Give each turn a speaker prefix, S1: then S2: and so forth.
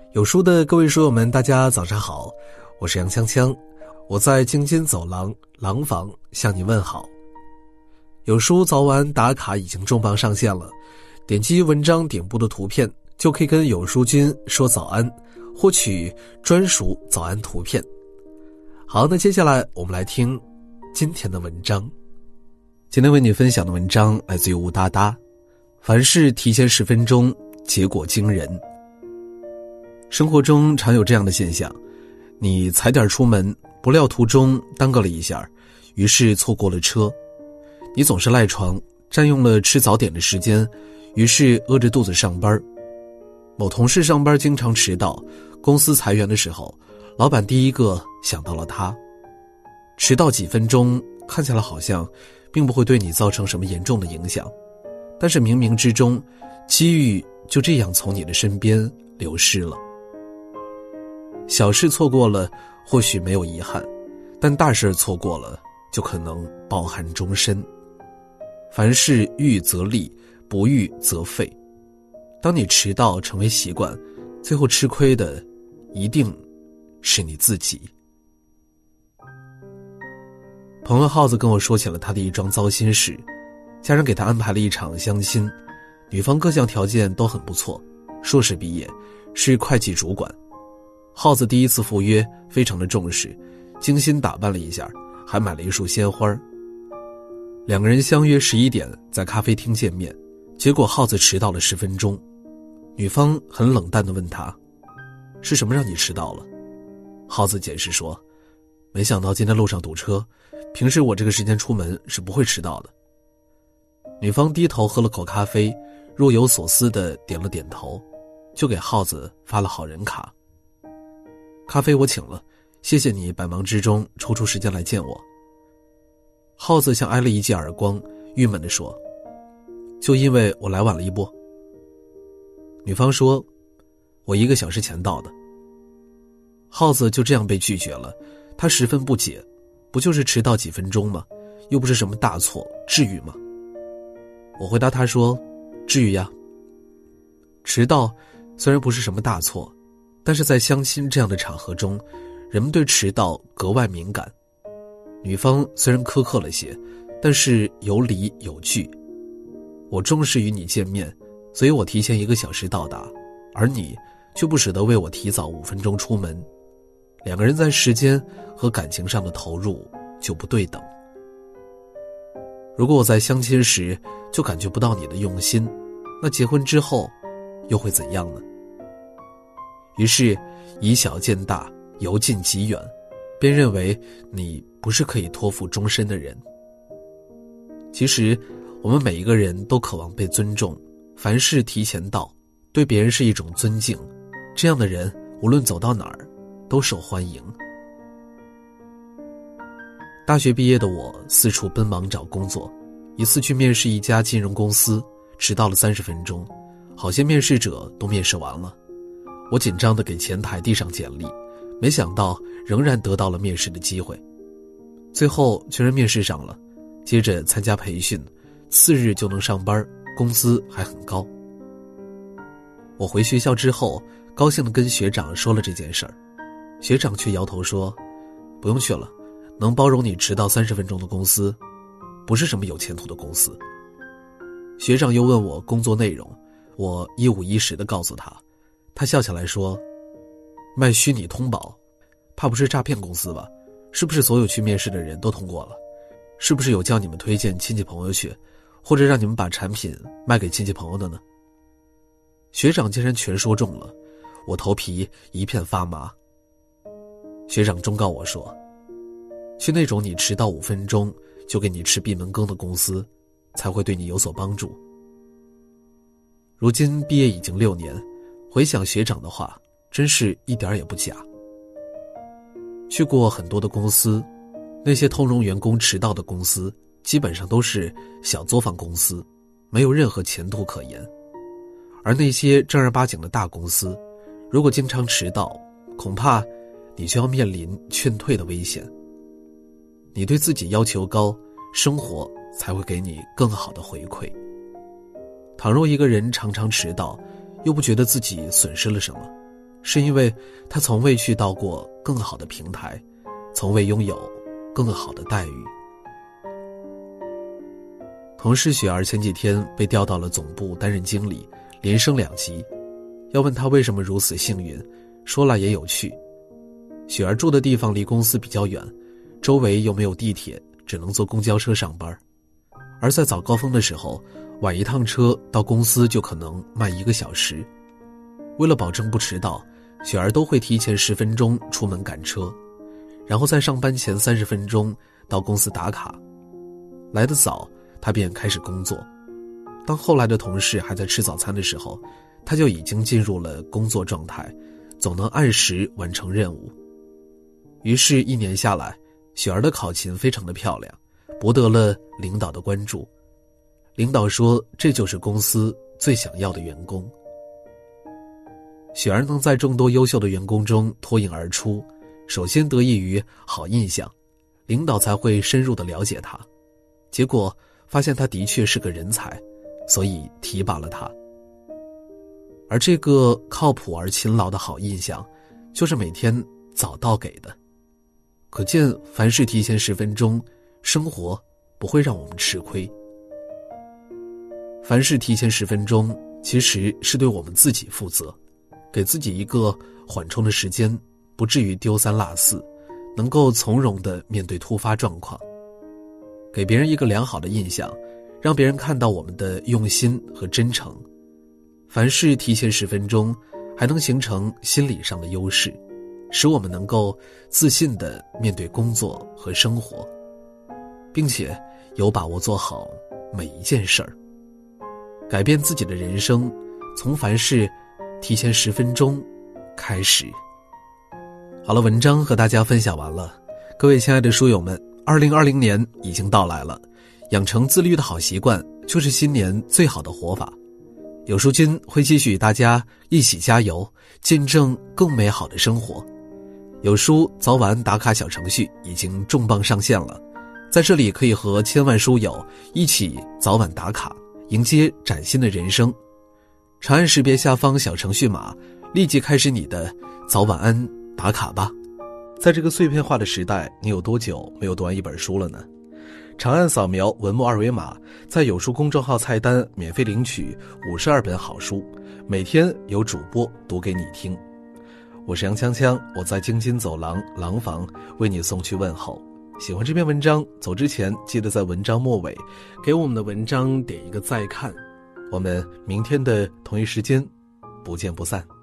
S1: 有书的各位书友们，大家早上好，我是杨锵锵，我在京津走廊廊坊向你问好。有书早晚打卡已经重磅上线了，点击文章顶部的图片就可以跟有书君说早安，获取专属早安图片。好，那接下来我们来听今天的文章。今天为你分享的文章来自于吴哒哒，凡事提前10分钟，结果惊人。生活中常有这样的现象，你踩点出门，不料途中耽搁了一下，于是错过了车。你总是赖床，占用了吃早点的时间，于是饿着肚子上班。某同事上班经常迟到，公司裁员的时候，老板第一个想到了他。迟到几分钟，看起来好像并不会对你造成什么严重的影响，但是冥冥之中，机遇就这样从你的身边流失了。小事错过了或许没有遗憾，但大事错过了就可能抱憾终身。凡事预则立，不预则废。当你迟到成为习惯，最后吃亏的一定是你自己。朋友耗子跟我说起了他的一桩糟心事，家人给他安排了一场相亲，女方各项条件都很不错，硕士毕业，是会计主管。耗子第一次赴约非常的重视，精心打扮了一下，还买了一束鲜花。两个人相约11点在咖啡厅见面，结果耗子迟到了10分钟。女方很冷淡地问他，是什么让你迟到了？耗子解释说，没想到今天路上堵车，平时我这个时间出门是不会迟到的。女方低头喝了口咖啡，若有所思地点了点头，就给耗子发了好人卡。咖啡我请了，谢谢你百忙之中抽出时间来见我。耗子像挨了一记耳光，郁闷地说，就因为我来晚了一步。女方说，我1个小时前到的。耗子就这样被拒绝了，他十分不解，不就是迟到几分钟吗？又不是什么大错，至于吗？我回答他说，至于呀。迟到虽然不是什么大错，但是在相亲这样的场合中，人们对迟到格外敏感。女方虽然苛刻了些，但是有理有据。我重视与你见面，所以我提前1个小时到达，而你却不舍得为我提早5分钟出门。两个人在时间和感情上的投入就不对等。如果我在相亲时就感觉不到你的用心，那结婚之后又会怎样呢？于是以小见大，由近及远，便认为你不是可以托付终身的人。其实我们每一个人都渴望被尊重，凡事提前到，对别人是一种尊敬，这样的人无论走到哪儿都受欢迎。大学毕业的我四处奔忙找工作，一次去面试一家金融公司，迟到了30分钟，好些面试者都面试完了。我紧张地给前台递上简历，没想到仍然得到了面试的机会。最后居然面试上了，接着参加培训，次日就能上班，工资还很高。我回学校之后，高兴地跟学长说了这件事儿，学长却摇头说，不用去了，能包容你迟到30分钟的公司，不是什么有前途的公司。学长又问我工作内容，我一五一十地告诉他。他笑起来说，卖虚拟通宝，怕不是诈骗公司吧？是不是所有去面试的人都通过了？是不是有叫你们推荐亲戚朋友去，或者让你们把产品卖给亲戚朋友的呢？学长竟然全说中了，我头皮一片发麻。学长忠告我说，去那种你迟到5分钟就给你吃闭门羹的公司，才会对你有所帮助。如今毕业已经6年，回想学长的话，真是一点也不假。去过很多的公司，那些通融员工迟到的公司，基本上都是小作坊公司，没有任何前途可言。而那些正儿八经的大公司，如果经常迟到，恐怕你就要面临劝退的危险。你对自己要求高，生活才会给你更好的回馈。倘若一个人常常迟到，又不觉得自己损失了什么， 是因为他从未去到过更好的平台，从未拥有更好的待遇。同事雪儿前几天被调到了总部担任经理，连升2级。要问他为什么如此幸运，说来也有趣。雪儿住的地方离公司比较远，周围又没有地铁，只能坐公交车上班。而在早高峰的时候，晚一趟车到公司就可能慢1个小时。为了保证不迟到，雪儿都会提前10分钟出门赶车，然后在上班前30分钟到公司打卡。来得早，他便开始工作。当后来的同事还在吃早餐的时候，他就已经进入了工作状态，总能按时完成任务。于是1年下来，雪儿的考勤非常的漂亮，博得了领导的关注。领导说这就是公司最想要的员工。雪儿能在众多优秀的员工中脱颖而出，首先得益于好印象，领导才会深入地了解他。结果发现他的确是个人才，所以提拔了他。而这个靠谱而勤劳的好印象，就是每天早到给的。可见凡事提前10分钟，生活不会让我们吃亏。凡事提前10分钟，其实是对我们自己负责，给自己一个缓冲的时间，不至于丢三落四，能够从容地面对突发状况。给别人一个良好的印象，让别人看到我们的用心和真诚。凡事提前10分钟，还能形成心理上的优势，使我们能够自信地面对工作和生活，并且有把握做好每一件事儿。改变自己的人生，从凡事提前10分钟开始。好了，文章和大家分享完了。各位亲爱的书友们，2020年已经到来了，养成自律的好习惯，就是新年最好的活法。有书君会继续与大家一起加油，见证更美好的生活。有书早晚打卡小程序已经重磅上线了，在这里可以和千万书友一起早晚打卡，迎接崭新的人生。长按识别下方小程序码，立即开始你的早晚安打卡吧。在这个碎片化的时代，你有多久没有读完一本书了呢？长按扫描文末2维码，在有书公众号菜单免费领取52本好书，每天有主播读给你听。我是杨锵锵，我在京津走廊廊坊为你送去问候。喜欢这篇文章，走之前记得在文章末尾给我们的文章点一个再看。我们明天的同一时间不见不散。